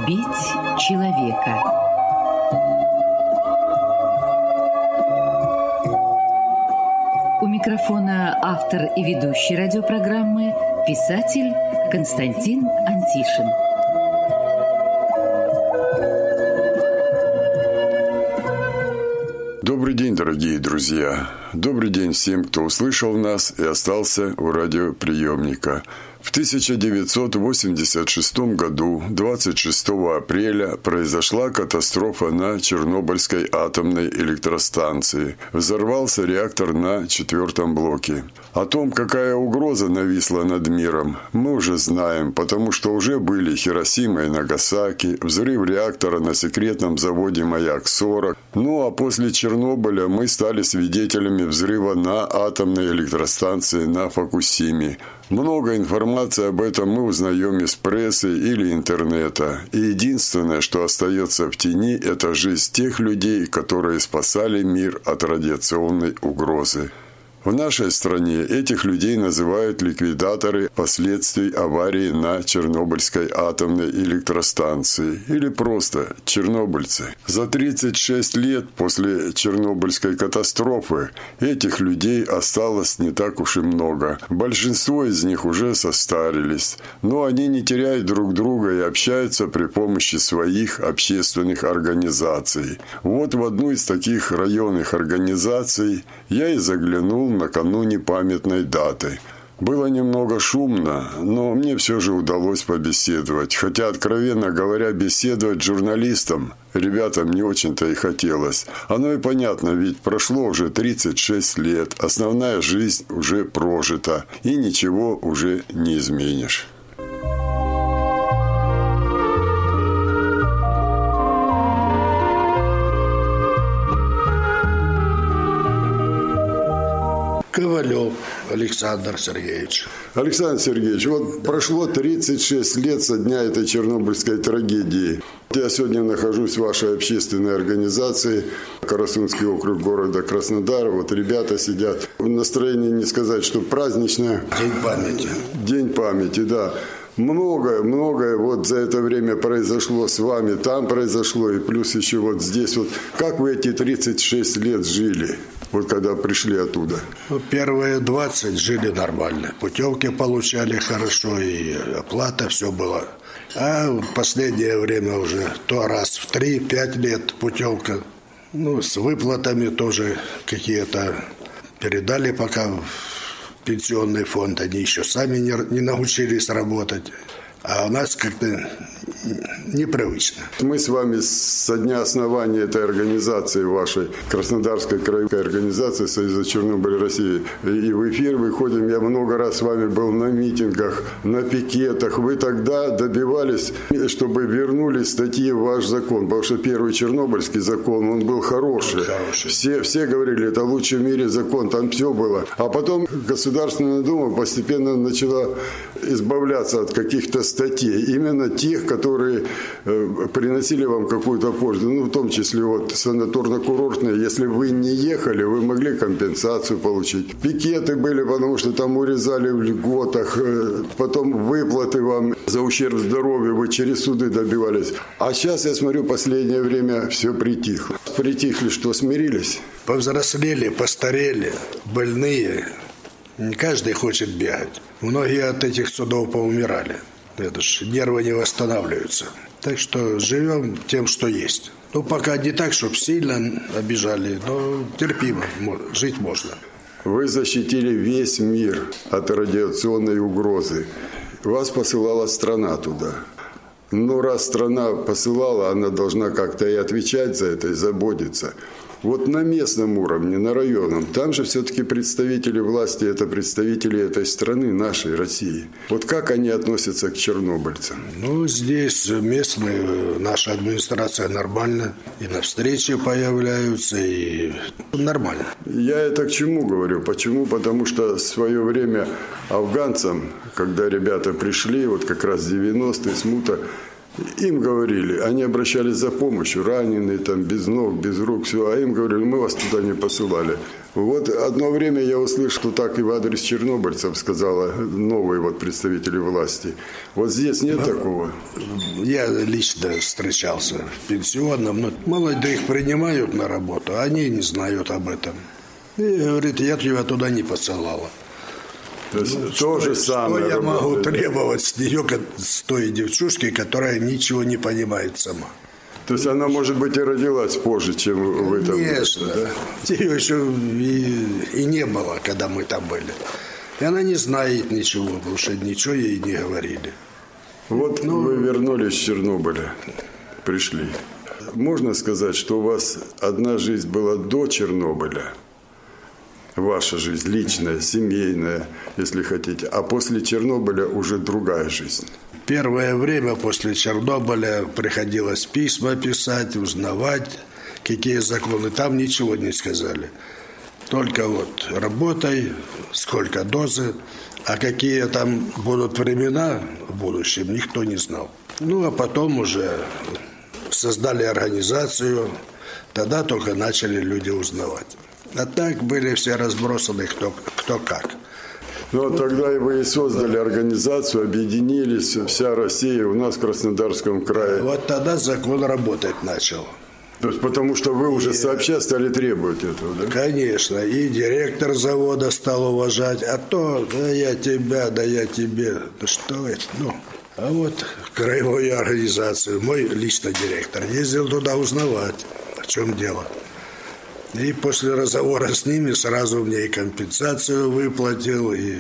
Убить человека. У микрофона автор и ведущий радиопрограммы писатель Константин Антишин. Добрый день, дорогие друзья! Добрый день всем, кто услышал нас и остался у радиоприемника. В 1986 году, 26 апреля, произошла катастрофа на Чернобыльской атомной электростанции. Взорвался реактор на 4-м блоке. О том, какая угроза нависла над миром, мы уже знаем, потому что уже были Хиросима и Нагасаки, взрыв реактора на секретном заводе «Маяк-40». Ну а после Чернобыля мы стали свидетелями взрыва на атомной электростанции на Фукусиме. Много информации об этом мы узнаем из прессы или интернета. И единственное, что остается в тени, это жизнь тех людей, которые спасали мир от радиационной угрозы. В нашей стране этих людей называют ликвидаторы последствий аварии на Чернобыльской атомной электростанции или просто чернобыльцы. За 36 лет после Чернобыльской катастрофы этих людей осталось не так уж и много. Большинство из них уже состарились, но они не теряют друг друга и общаются при помощи своих общественных организаций. Вот в одну из таких районных организаций я и заглянул накануне памятной даты. Было немного шумно, но мне все же удалось побеседовать. Хотя, откровенно говоря, беседовать с журналистом ребятам не очень-то и хотелось. Оно и понятно, ведь прошло уже 36 лет, основная жизнь уже прожита, и ничего уже не изменишь. Ковалев Александр Сергеевич. Александр Сергеевич, вот прошло 36 лет со дня этой чернобыльской трагедии. Я сегодня нахожусь в вашей общественной организации, Карасунский округ города Краснодара. Вот ребята сидят. Настроение не сказать, что праздничное. День памяти. День памяти, да. Многое вот за это время произошло с вами, там произошло, и плюс еще вот здесь. Вот как вы эти 36 лет жили, вот когда пришли оттуда? Первые 20 жили нормально. Путевки получали хорошо, и оплата, все было. А в последнее время уже то раз в 3-5 лет путевка. Ну, с выплатами тоже какие-то передали пока в пенсионный фонд. Они еще сами не научились работать. А у нас как-то непривычно. Мы с вами со дня основания этой организации, вашей Краснодарской краевой организации Союза Чернобыля России, и в эфир выходим. Я много раз с вами был на митингах, на пикетах. Вы тогда добивались, чтобы вернули статьи в ваш закон, потому что первый чернобыльский закон, он был хороший. Все говорили, это лучший в мире закон, там все было. А потом Государственная Дума постепенно начала избавляться от каких-то статей, именно тех, которые приносили вам какую-то пользу, ну, в том числе вот санаторно-курортные. Если вы не ехали, вы могли компенсацию получить. Пикеты были, потому что там урезали в льготах, потом выплаты вам за ущерб здоровью, вы через суды добивались. А сейчас, я смотрю, последнее время все притихло. Притихли, что смирились? Повзрослели, постарели, больные. Не каждый хочет бегать. Многие от этих судов поумирали. Это ж нервы не восстанавливаются. Так что живем тем, что есть. Ну, пока не так, чтобы сильно обижали, но терпимо, жить можно. Вы защитили весь мир от радиационной угрозы. Вас посылала страна туда. Но раз страна посылала, она должна как-то и отвечать за это, и заботиться. Вот на местном уровне, на районном, там же все-таки представители власти, это представители этой страны, нашей России. Вот как они относятся к чернобыльцам? Ну, здесь местные, наша администрация нормально, и на встрече появляются, и нормально. Я это к чему говорю? Почему? Потому что в свое время афганцам, когда ребята пришли, вот как раз 90-е, смута, Им говорили, они обращались за помощью, раненые, там, без ног, без рук, все, а им говорили, мы вас туда не посылали. Вот одно время я услышал, что так и в адрес чернобыльцев сказала новые вот представители власти. Вот здесь нет такого? Я лично встречался в пенсионном, но молодых принимают на работу, а они не знают об этом. И говорит, я тебя туда не посылала. То есть то же самое. Что я могу требовать с нее, с той девчушки, которая ничего не понимает сама? То есть она, может быть, и родилась позже, чем вы там. Конечно. Да? Ее еще и не было, когда мы там были. И она не знает ничего, потому что ничего ей не говорили. Вот вы вернулись с Чернобыля, пришли. Можно сказать, что у вас одна жизнь была до Чернобыля? Ваша жизнь личная, семейная, если хотите. А после Чернобыля уже другая жизнь. Первое время после Чернобыля приходилось письма писать, узнавать, какие законы. Там ничего не сказали. Только вот работай, сколько дозы, а какие там будут времена в будущем, никто не знал. Ну, а потом уже создали организацию, тогда только начали люди узнавать. А так были все разбросаны кто как. Ну, тогда и вы и создали организацию, объединились, вся Россия у нас в Краснодарском крае. Вот тогда закон работать начал. То есть потому что вы уже сообща стали требовать этого, да? Конечно, и директор завода стал уважать, а то, да я тебя, да я тебе, да что это, ну. А вот краевую организацию, мой личный директор, ездил туда узнавать, в чем дело. И после разговора с ними сразу мне и компенсацию выплатил, и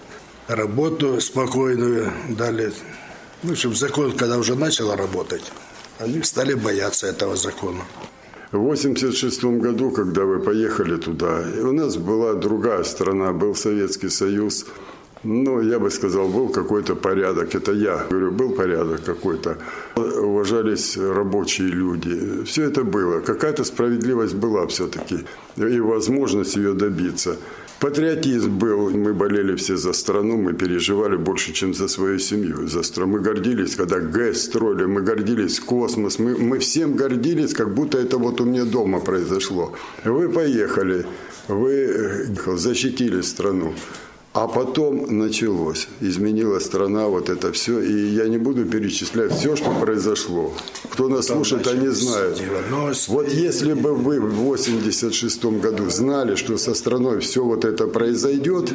работу спокойную дали. В общем, закон, когда уже начал работать, они стали бояться этого закона. В 1986 году, когда вы поехали туда, у нас была другая страна, был Советский Союз. Ну, я бы сказал, был какой-то порядок. Это я говорю, был порядок какой-то. Уважались рабочие люди. Все это было. Какая-то справедливость была все-таки. И возможность ее добиться. Патриотизм был. Мы болели все за страну. Мы переживали больше, чем за свою семью. За страну. Мы гордились, когда ГЭС строили. Мы гордились космос. Мы всем гордились, как будто это вот у меня дома произошло. Вы поехали. Вы защитили страну. А потом началось. Изменила страна, вот это все. И я не буду перечислять все, что произошло. Кто нас слушает, они знают. Вот если бы вы в 1986 году знали, что со страной все вот это произойдет,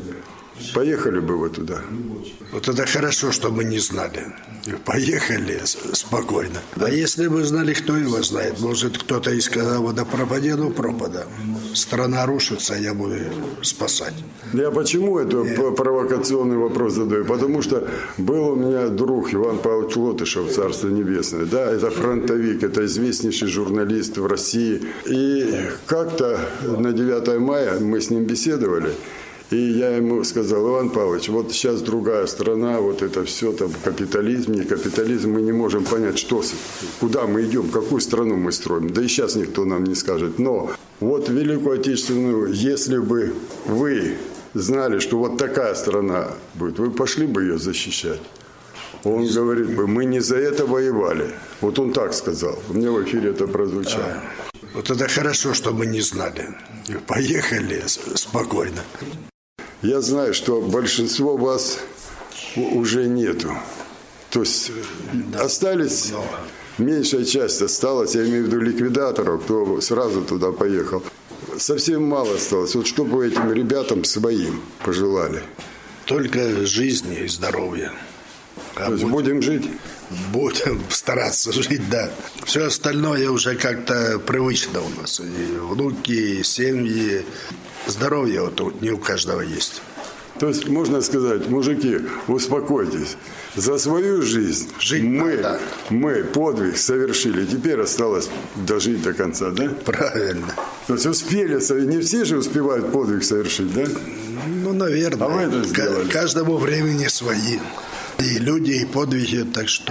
поехали бы вы туда. Вот это хорошо, что мы не знали. Поехали спокойно. А если бы знали, кто его знает? Может, кто-то и сказал, да пропади, ну пропада. Страна рушится, я буду спасать. Я почему это провокационный вопрос задаю? Потому что был у меня друг Иван Павлович Латышев, Царство Небесное. Да, это фронтовик, это известнейший журналист в России. И как-то на 9 мая мы с ним беседовали. И я ему сказал, Иван Павлович, вот сейчас другая страна, вот это все, там капитализм, не капитализм, мы не можем понять, что, куда мы идем, какую страну мы строим. Да и сейчас никто нам не скажет. Но вот Великую Отечественную, если бы вы знали, что вот такая страна будет, вы пошли бы ее защищать? Он говорит бы, мы не за это воевали. Вот он так сказал. У меня в эфире это прозвучало. Вот это хорошо, что мы не знали. Поехали спокойно. Я знаю, что большинство вас уже нету. То есть остались, меньшая часть осталась, я имею в виду ликвидаторов, кто сразу туда поехал. Совсем мало осталось. Вот что бы вы этим ребятам своим пожелали? Только жизни и здоровья. То есть будем жить? Будем стараться жить, да. Все остальное уже как-то привычно у нас. И внуки, и семьи. Здоровье вот не у каждого есть. То есть, можно сказать, мужики, успокойтесь. За свою жизнь мы подвиг совершили. Теперь осталось дожить до конца, да? Правильно. То есть успели, не все же успевают подвиг совершить, да? Ну, наверное. А вы это сделали? Каждому времени свои. И люди, и подвиги, так что...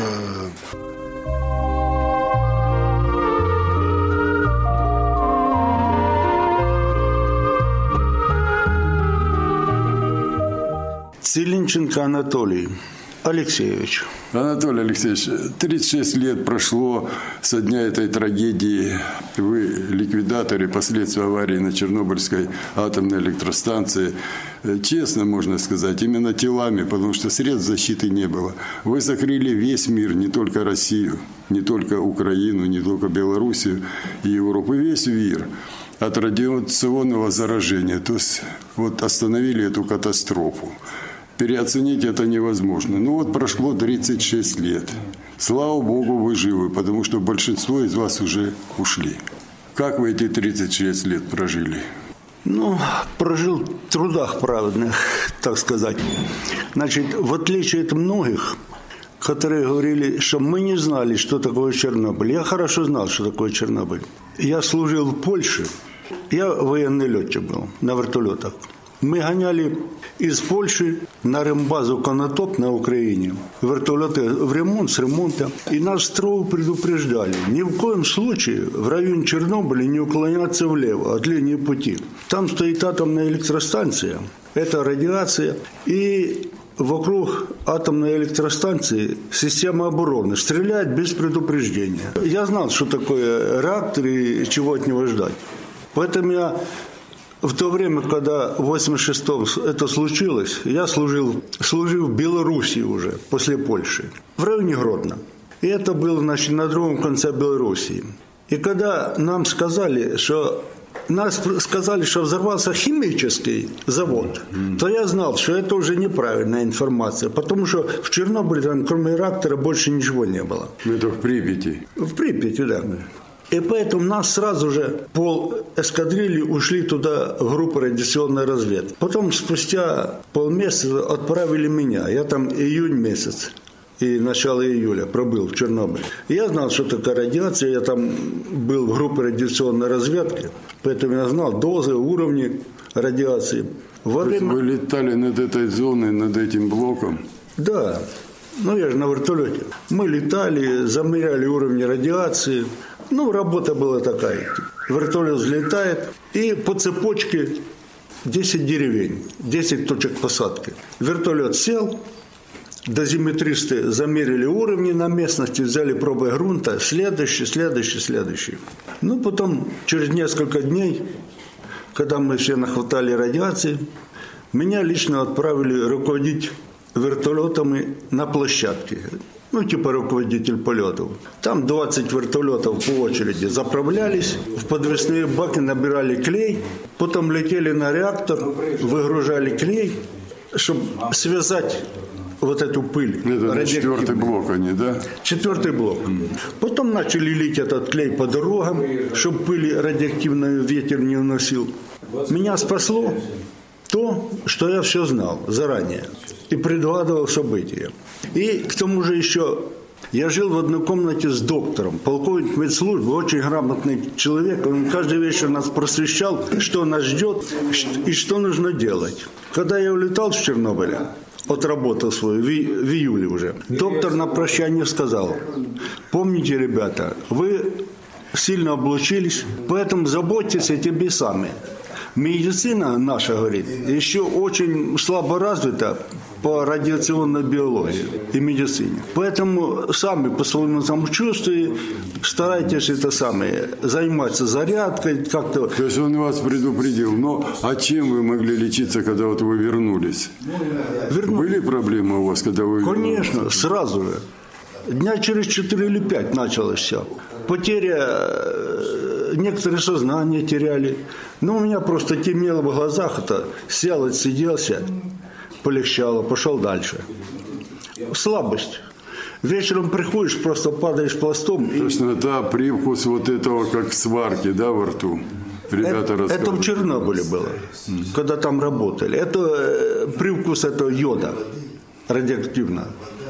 Целинченко Анатолий, Алексеевич. Анатолий Алексеевич, 36 лет прошло со дня этой трагедии. Вы ликвидатор и последствия аварии на Чернобыльской атомной электростанции. Честно можно сказать, именно телами, потому что средств защиты не было. Вы закрыли весь мир, не только Россию, не только Украину, не только Белоруссию и Европу, весь мир от радиационного заражения. То есть вот остановили эту катастрофу. Переоценить это невозможно. Ну вот прошло 36 лет. Слава Богу, вы живы, потому что большинство из вас уже ушли. Как вы эти 36 лет прожили? Ну, прожил в трудах праведных, так сказать. Значит, в отличие от многих, которые говорили, что мы не знали, что такое Чернобыль. Я хорошо знал, что такое Чернобыль. Я служил в Польше. Я военный летчик был на вертолетах. Мы гоняли из Польши на рембазу «Конотоп» на Украине. Вертолеты в ремонт, с ремонта. И нас строго предупреждали. Ни в коем случае в районе Чернобыля не уклоняться влево от линии пути. Там стоит атомная электростанция. Это радиация. И вокруг атомной электростанции система обороны. Стреляет без предупреждения. Я знал, что такое реактор и чего от него ждать. Поэтому я... В то время, когда в 86-м это случилось, я служил в Белоруссии уже, после Польши, в районе Гродно. И это было, значит, на другом конце Белоруссии. И когда нам сказали, что взорвался химический завод, то я знал, что это уже неправильная информация, потому что в Чернобыле, там, кроме реактора, больше ничего не было. Это в Припяти? В Припяти, да. И поэтому нас сразу же пол эскадрильи ушли туда в группу радиационной разведки. Потом спустя полмесяца отправили меня. Я там июнь месяц и начало июля пробыл в Чернобыле. Я знал, что такое радиация. Я там был в группе радиационной разведки. Поэтому я знал дозы, уровни радиации. Вы летали над этой зоной, над этим блоком? Да. Ну, я же на вертолете. Мы летали, замеряли уровни радиации. Ну, работа была такая. Вертолет взлетает, и по цепочке 10 деревень, 10 точек посадки. Вертолет сел, дозиметристы замерили уровни на местности, взяли пробы грунта, следующий. Ну, потом, через несколько дней, когда мы все нахватали радиации, меня лично отправили руководить вертолетами на площадке. Ну, типа руководитель полетов. Там 20 вертолетов по очереди заправлялись, в подвесные баки набирали клей, потом летели на реактор, выгружали клей, чтобы связать вот эту пыль. Это 4-й блок они, да? 4-й блок. Потом начали лить этот клей по дорогам, чтобы пыль радиоактивную ветер не уносил. Меня спасло то, что я все знал заранее и предугадывал события. И к тому же еще я жил в одной комнате с доктором, полковник медслужбы, очень грамотный человек. Он каждый вечер нас просвещал, что нас ждет и что нужно делать. Когда я улетал с Чернобыля, отработал свою в июле уже, доктор на прощание сказал: помните, ребята, вы сильно облучились, поэтому заботьтесь о себе сами. Медицина наша, говорит, еще очень слабо развита по радиационной биологии и медицине. Поэтому сами по своему самочувствию старайтесь заниматься зарядкой как-то. То есть он вас предупредил. Но а чем вы могли лечиться, когда вот вы вернулись? Были проблемы у вас, когда вы вернулись? Конечно, сразу же. Дня через 4 или 5 началось все. Потеря, некоторые сознание теряли. Но у меня просто темнело в глазах, сел, отсиделся, полегчало, пошел дальше. Слабость. Вечером приходишь, просто падаешь пластом. Точно, да, привкус вот этого, как сварки, да, во рту. Ребята рассказывали. Это в Чернобыле было, когда там работали. Это привкус этого йода радиоактивного.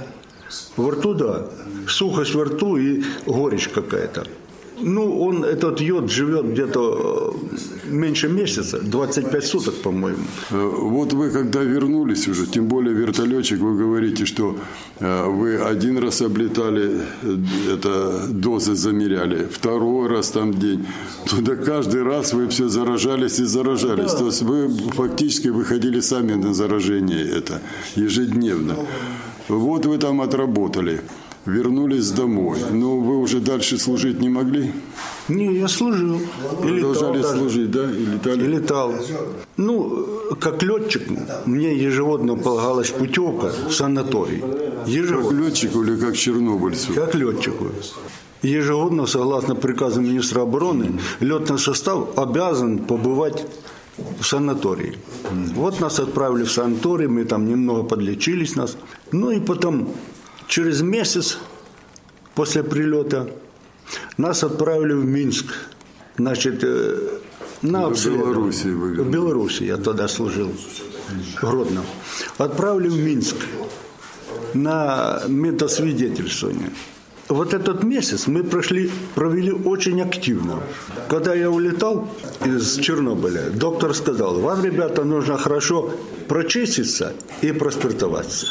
Во рту, да. Сухость во рту и горечь какая-то. Ну, этот йод живет где-то меньше месяца, 25 суток, по-моему. Вот вы, когда вернулись уже, тем более вертолетчик, вы говорите, что вы один раз облетали, это дозы замеряли, второй раз там день. Туда каждый раз вы все заражались и заражались. Да. То есть вы фактически выходили сами на заражение это ежедневно. Вот вы там отработали, вернулись домой. Но вы уже дальше служить не могли? Не, я служил. Продолжали служить, да? И летали? И летал. Ну, как летчик, мне ежегодно полагалась путевка в санаторий. Как летчику или как чернобыльцу? Как летчику. Ежегодно, согласно приказу министра обороны, летный состав обязан побывать в санатории. Вот нас отправили в санаторий, мы там немного подлечились нас. Ну и потом, через месяц после прилета, нас отправили в Минск. Значит, на обследование. В Беларуси я тогда служил, в Гродно. Отправили в Минск на медосвидетельствование. Вот этот месяц мы провели очень активно. Когда я улетал из Чернобыля, доктор сказал: вам, ребята, нужно хорошо прочиститься и проспиртоваться.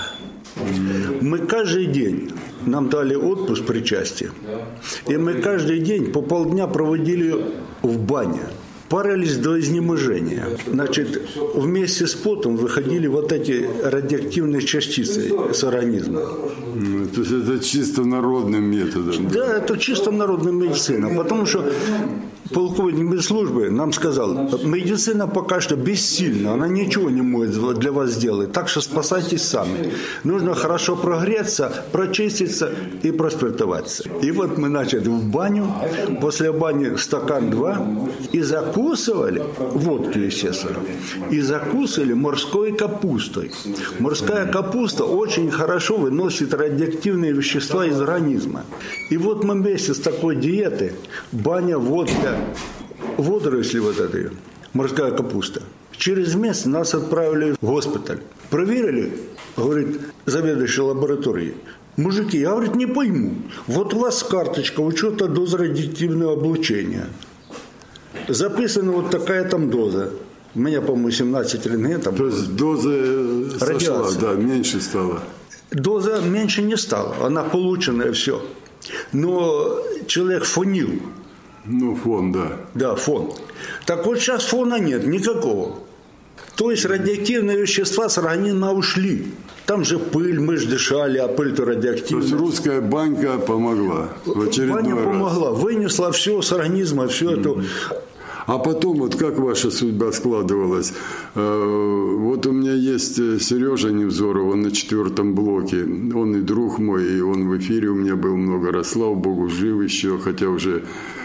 Мы каждый день, нам дали отпуск причастия, и мы каждый день по полдня проводили в бане. Парились до изнеможения. Значит, вместе с потом выходили вот эти радиоактивные частицы с организма. То есть это чисто народным методом? Да, это чисто народная медицина. Потому что полковник медслужбы нам сказал: медицина пока что бессильна, она ничего не может для вас сделать, так что спасайтесь сами. Нужно хорошо прогреться, прочиститься и проспиртоваться. И вот мы начали в баню, после бани стакан 2 и закусывали, водки, естественно, и закусывали морской капустой. Морская капуста очень хорошо выносит радиоактивные вещества из организма. И вот мы вместе с такой диетой, баня, водка, водоросли вот этой, морская капуста. Через месяц нас отправили в госпиталь. Проверили, говорит заведующий лабораторией: мужики, я, говорит, не пойму. Вот у вас карточка учета дозы радиоактивного облучения. Записана вот такая там доза. У меня, по-моему, 17 рентген. То есть доза сошла, да, меньше стала. Доза меньше не стала, она полученная, все. Но человек фонил. Ну, фон, да. Да, фон. Так вот сейчас фона нет никакого. То есть радиоактивные вещества с организма ушли. Там же пыль, мы же дышали, а пыль-то радиоактивная. То есть русская банька помогла в очередной раз. Баня помогла, вынесла все с организма, все это. А потом, вот как ваша судьба складывалась? Вот у меня есть Сережа Невзоров, он на 4-м блоке. Он и друг мой, и он в эфире у меня был много раз. Слава Богу, жив еще, хотя уже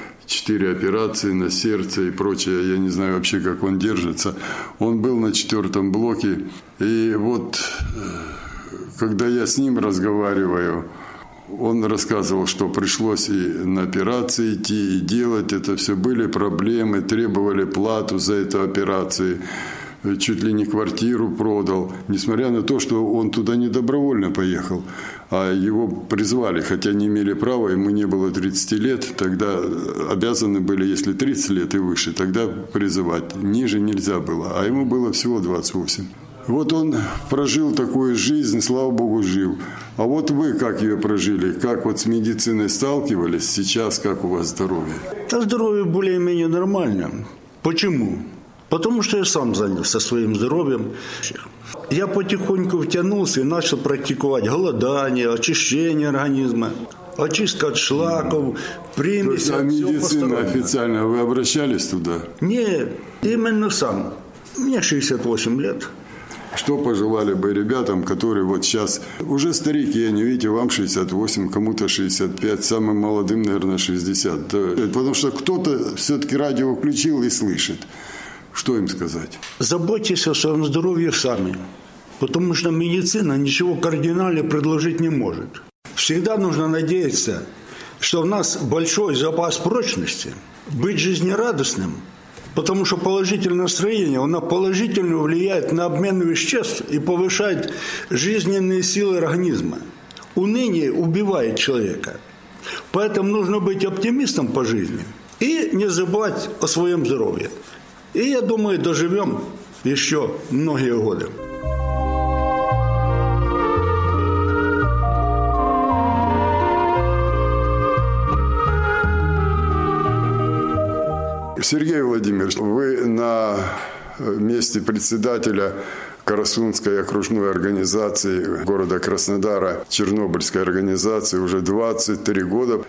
4 операции на сердце и прочее. Я не знаю вообще, как он держится. Он был на 4-м блоке. И вот, когда я с ним разговариваю, он рассказывал, что пришлось и на операции идти, и делать это все. Были проблемы, требовали плату за эту операцию. Чуть ли не квартиру продал. Несмотря на то, что он туда не добровольно поехал, а его призвали, хотя не имели права, ему не было 30 лет. Тогда обязаны были, если 30 лет и выше, тогда призывать. Ниже нельзя было, а ему было всего 28. Вот он прожил такую жизнь, слава Богу, жив. А вот вы как ее прожили? Как вот с медициной сталкивались? Сейчас как у вас здоровье? Да, здоровье более-менее нормально. Почему? Потому что я сам занялся своим здоровьем. Я потихоньку втянулся и начал практиковать голодание, очищение организма, очистка от шлаков, примеси. А медицина официально, вы обращались туда? Нет, именно сам. Мне 68 лет. Что пожелали бы ребятам, которые вот сейчас уже старики, они, видите, вам 68, кому-то 65, самым молодым, наверное, 60. Потому что кто-то все-таки радио включил и слышит. Что им сказать? Заботьтесь о своем здоровье сами, потому что медицина ничего кардинального предложить не может. Всегда нужно надеяться, что у нас большой запас прочности, быть жизнерадостным, потому что положительное настроение, оно положительно влияет на обмен веществ и повышает жизненные силы организма. Уныние убивает человека. Поэтому нужно быть оптимистом по жизни и не забывать о своем здоровье. И я думаю, доживем еще многие годы. Сергей Владимирович, вы на месте председателя Карасунской окружной организации города Краснодара, Чернобыльской организации, уже 23 года.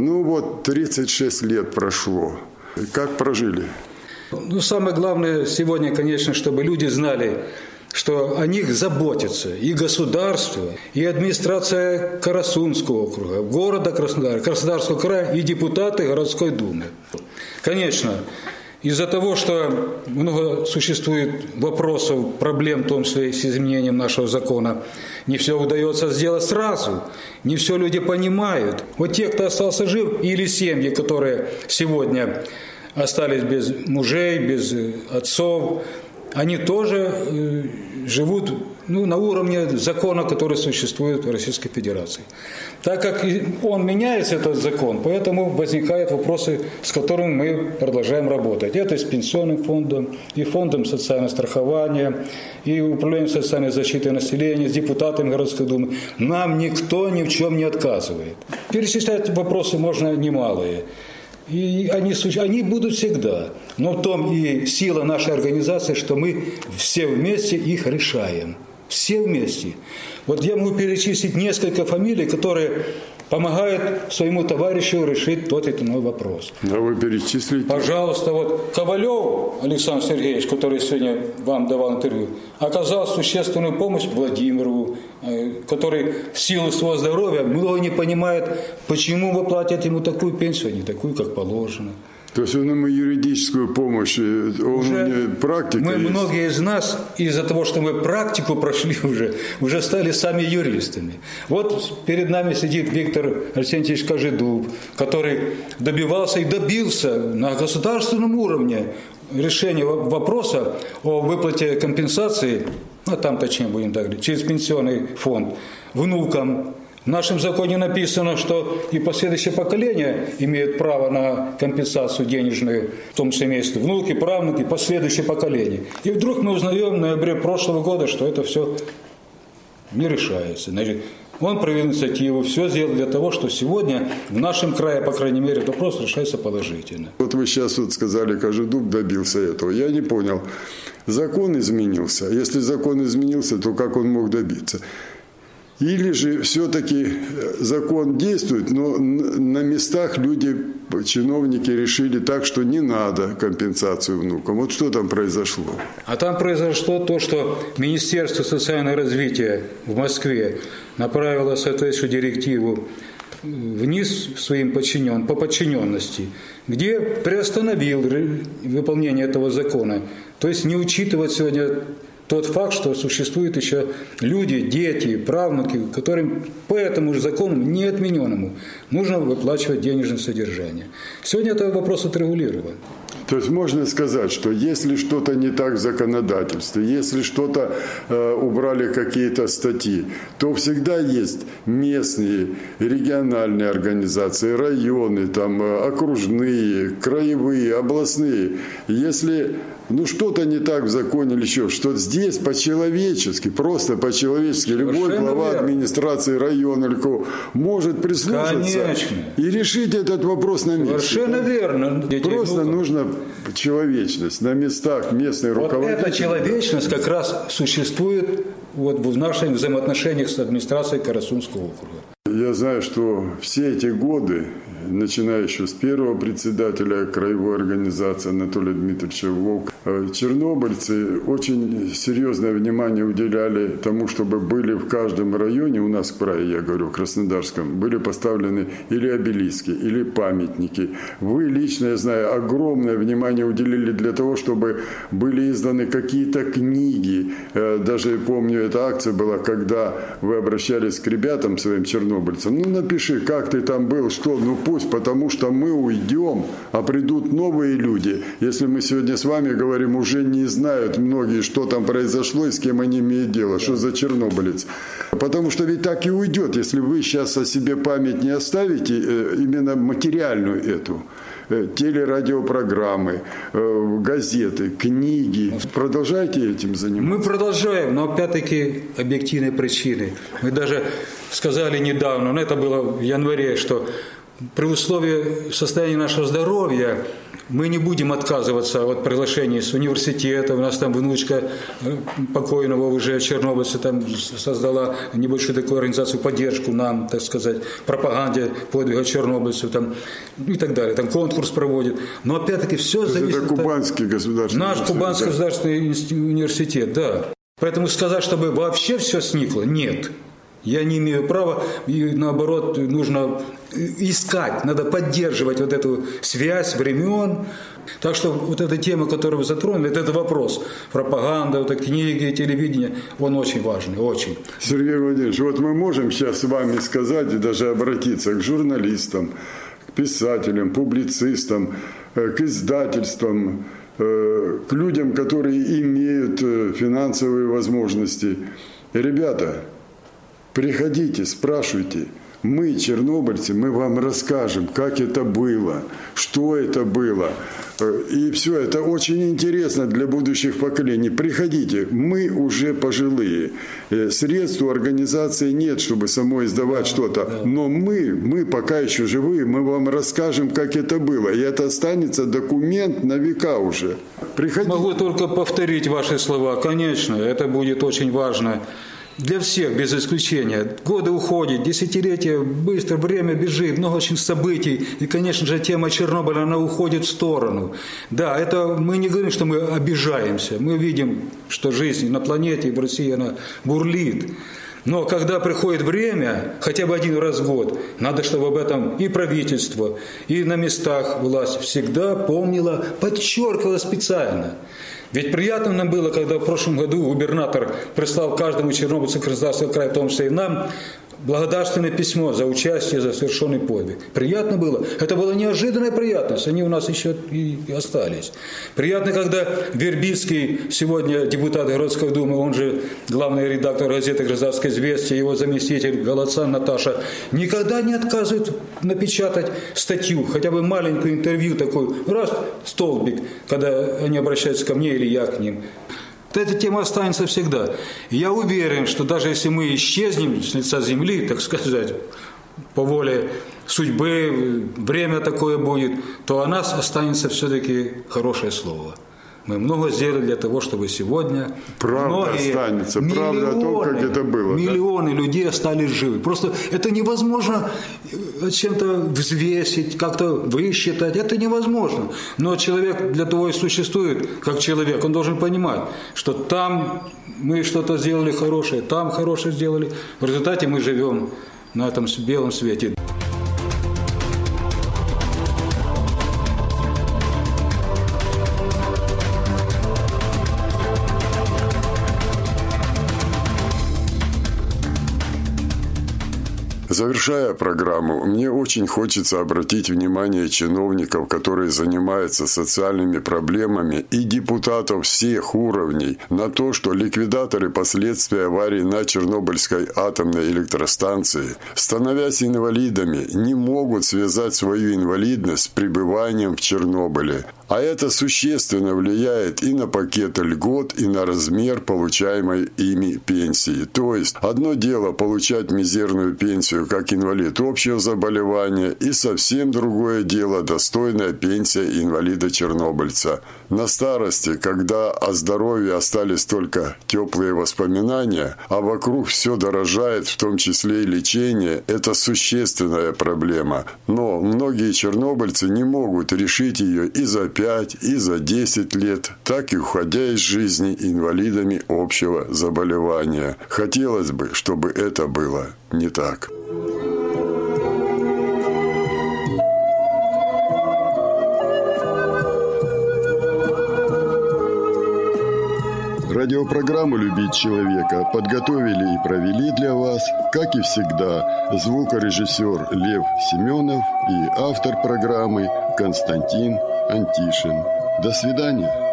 36 лет прошло. Как прожили? Самое главное сегодня, конечно, чтобы люди знали, что о них заботятся и государство, и администрация Карасунского округа, города Краснодара, Краснодарского края и депутаты городской думы. Конечно, из-за того, что много существует вопросов, проблем, в том числе с изменением нашего закона, не все удается сделать сразу, не все люди понимают. Вот те, кто остался жив, или семьи, которые сегодня остались без мужей, без отцов, они тоже живут на уровне закона, который существует в Российской Федерации. Так как он меняется, этот закон, поэтому возникают вопросы, с которыми мы продолжаем работать. Это с пенсионным фондом, и фондом социального страхования, и управлением социальной защиты населения, с депутатами городской думы. Нам никто ни в чем не отказывает. Перечислять вопросы можно немалые. И они будут всегда. Но в том и сила нашей организации, что мы все вместе их решаем. Все вместе. Вот я могу перечислить несколько фамилий, которые помогают своему товарищу решить тот или иной вопрос. А вы перечислите? Пожалуйста, вот Ковалев Александр Сергеевич, который сегодня вам давал интервью, оказал существенную помощь Владимирову, который в силу своего здоровья много не понимает, почему вы платите ему такую пенсию, а не такую, как положено. То есть он ему юридическую помощь, он практика мы, есть. Многие из нас, из-за того, что мы практику прошли уже стали сами юристами. Вот перед нами сидит Виктор Арсентьевич Кожедуб, который добивался и добился на государственном уровне решения вопроса о выплате компенсации, там точнее будем так говорить, через пенсионный фонд внукам. В нашем законе написано, что и последующее поколение имеют право на компенсацию денежную, в том числе имеются внуки, правнуки, последующее поколение. И вдруг мы узнаем в ноябре прошлого года, что это все не решается. Значит, он провел инициативу, все сделал для того, что сегодня в нашем крае, по крайней мере, вопрос решается положительно. Вот вы сейчас сказали, Кожедуб добился этого. Я не понял. Закон изменился. Если закон изменился, то как он мог добиться? Или же все-таки закон действует, но на местах люди, чиновники решили так, что не надо компенсацию внукам. Вот что там произошло? А там произошло то, что Министерство социального развития в Москве направило соответствующую директиву вниз своим подчиненным, по подчиненности, где приостановил выполнение этого закона. То есть не учитывать сегодня тот факт, что существуют еще люди, дети, правнуки, которым по этому же закону, неотмененному, нужно выплачивать денежное содержание. Сегодня этот вопрос отрегулирован. То есть можно сказать, что если что-то не так в законодательстве, если что-то убрали какие-то статьи, то всегда есть местные, региональные организации, районы, там, окружные, краевые, областные. Если что-то не так в законе или еще, что здесь по-человечески, просто по-человечески, любой глава администрации района или кого может прислушаться и решить этот вопрос на месте. Совершенно верно. Просто нужно человечность на местах, местные руководители. Вот эта человечность как раз существует в наших взаимоотношениях с администрацией Карасунского округа. Я знаю, что все эти годы, начиная еще с первого председателя краевой организации Анатолия Дмитриевича Вовка, чернобыльцы очень серьезное внимание уделяли тому, чтобы были в каждом районе, у нас в крае, я говорю, Краснодарском, были поставлены или обелиски, или памятники. Вы лично, я знаю, огромное внимание уделили для того, чтобы были изданы какие-то книги. Даже помню, эта акция была, когда вы обращались к ребятам своим чернобыльцам. Напиши, как ты там был, что, пусть, потому что мы уйдем, а придут новые люди. Если мы сегодня с вами говорим, уже не знают многие, что там произошло и с кем они имеют дело, что за чернобылец. Потому что ведь так и уйдет, если вы сейчас о себе память не оставите, именно материальную эту. Телерадиопрограммы, газеты, книги. Продолжайте этим заниматься? Мы продолжаем, но опять-таки объективные причины. Мы даже сказали недавно, это было в январе, что при условии состояния нашего здоровья мы не будем отказываться от приглашений с университета. У нас там внучка покойного уже чернобыльца там создала небольшую такую организацию, поддержку нам, так сказать, пропаганде подвига чернобыльцев там, и так далее. Там конкурс проводит. Но опять-таки все зависит от... Это Кубанский государственный университет. Наш Кубанский государственный университет, да. Поэтому сказать, чтобы вообще все сникло, нет. Я не имею права, и наоборот, нужно искать, надо поддерживать вот эту связь времен. Так что вот эта тема, которую вы затронули, это вопрос. Пропаганда, вот эти книги, телевидение, он очень важный, очень. Сергей Владимирович, вот мы можем сейчас с вами сказать и даже обратиться к журналистам, к писателям, публицистам, к издательствам, к людям, которые имеют финансовые возможности. Ребята, приходите, спрашивайте. Мы, чернобыльцы, мы вам расскажем, как это было, что это было. И все, это очень интересно для будущих поколений. Приходите, мы уже пожилые. Средств у организации нет, чтобы самой издавать что-то. Но мы пока еще живые, мы вам расскажем, как это было. И это останется документ на века уже. Приходите. Могу только повторить ваши слова. Конечно, это будет очень важно. Для всех, без исключения. Годы уходят, десятилетия, быстро, время бежит, много очень событий. И, конечно же, тема Чернобыля, она уходит в сторону. Да, это мы не говорим, что мы обижаемся. Мы видим, что жизнь на планете, в России, она бурлит. Но когда приходит время, хотя бы один раз в год, надо, чтобы об этом и правительство, и на местах власть всегда помнила, подчеркивала специально. Ведь приятно нам было, когда в прошлом году губернатор прислал каждому чернобыльцу Краснодарского края, в том числе и нам, благодарственное письмо за участие, за совершенный подвиг. Приятно было. Это была неожиданная приятность. Они у нас еще и остались. Приятно, когда Вербицкий, сегодня депутат городской думы, он же главный редактор газеты «Краснодарское известие», его заместитель Голодцан Наташа, никогда не отказывает напечатать статью, хотя бы маленькую интервью такую, раз, столбик, когда они обращаются ко мне или я к ним. Эта тема останется всегда. И я уверен, что даже если мы исчезнем с лица земли, так сказать, по воле судьбы, время такое будет, то о нас останется все-таки хорошее слово. Мы много сделали для того, чтобы сегодня правда останется, правда о том, как это было. Миллионы людей остались живы. Просто это невозможно чем-то взвесить, как-то высчитать. Это невозможно. Но человек для того и существует, как человек. Он должен понимать, что там мы что-то сделали хорошее, там хорошее сделали. В результате мы живем на этом белом свете. Завершая программу, мне очень хочется обратить внимание чиновников, которые занимаются социальными проблемами, и депутатов всех уровней на то, что ликвидаторы последствий аварии на Чернобыльской атомной электростанции, становясь инвалидами, не могут связать свою инвалидность с пребыванием в Чернобыле. А это существенно влияет и на пакет льгот, и на размер получаемой ими пенсии. То есть, одно дело получать мизерную пенсию как инвалид общего заболевания, и совсем другое дело достойная пенсия инвалида-чернобыльца. На старости, когда о здоровье остались только теплые воспоминания, а вокруг все дорожает, в том числе и лечение, это существенная проблема. Но многие чернобыльцы не могут решить ее и за 5, и за 10 лет, так и уходя из жизни инвалидами общего заболевания. Хотелось бы, чтобы это было не так. Радиопрограмму «Любить человека» подготовили и провели для вас, как и всегда, звукорежиссер Лев Семенов и автор программы Константин Антишин. До свидания.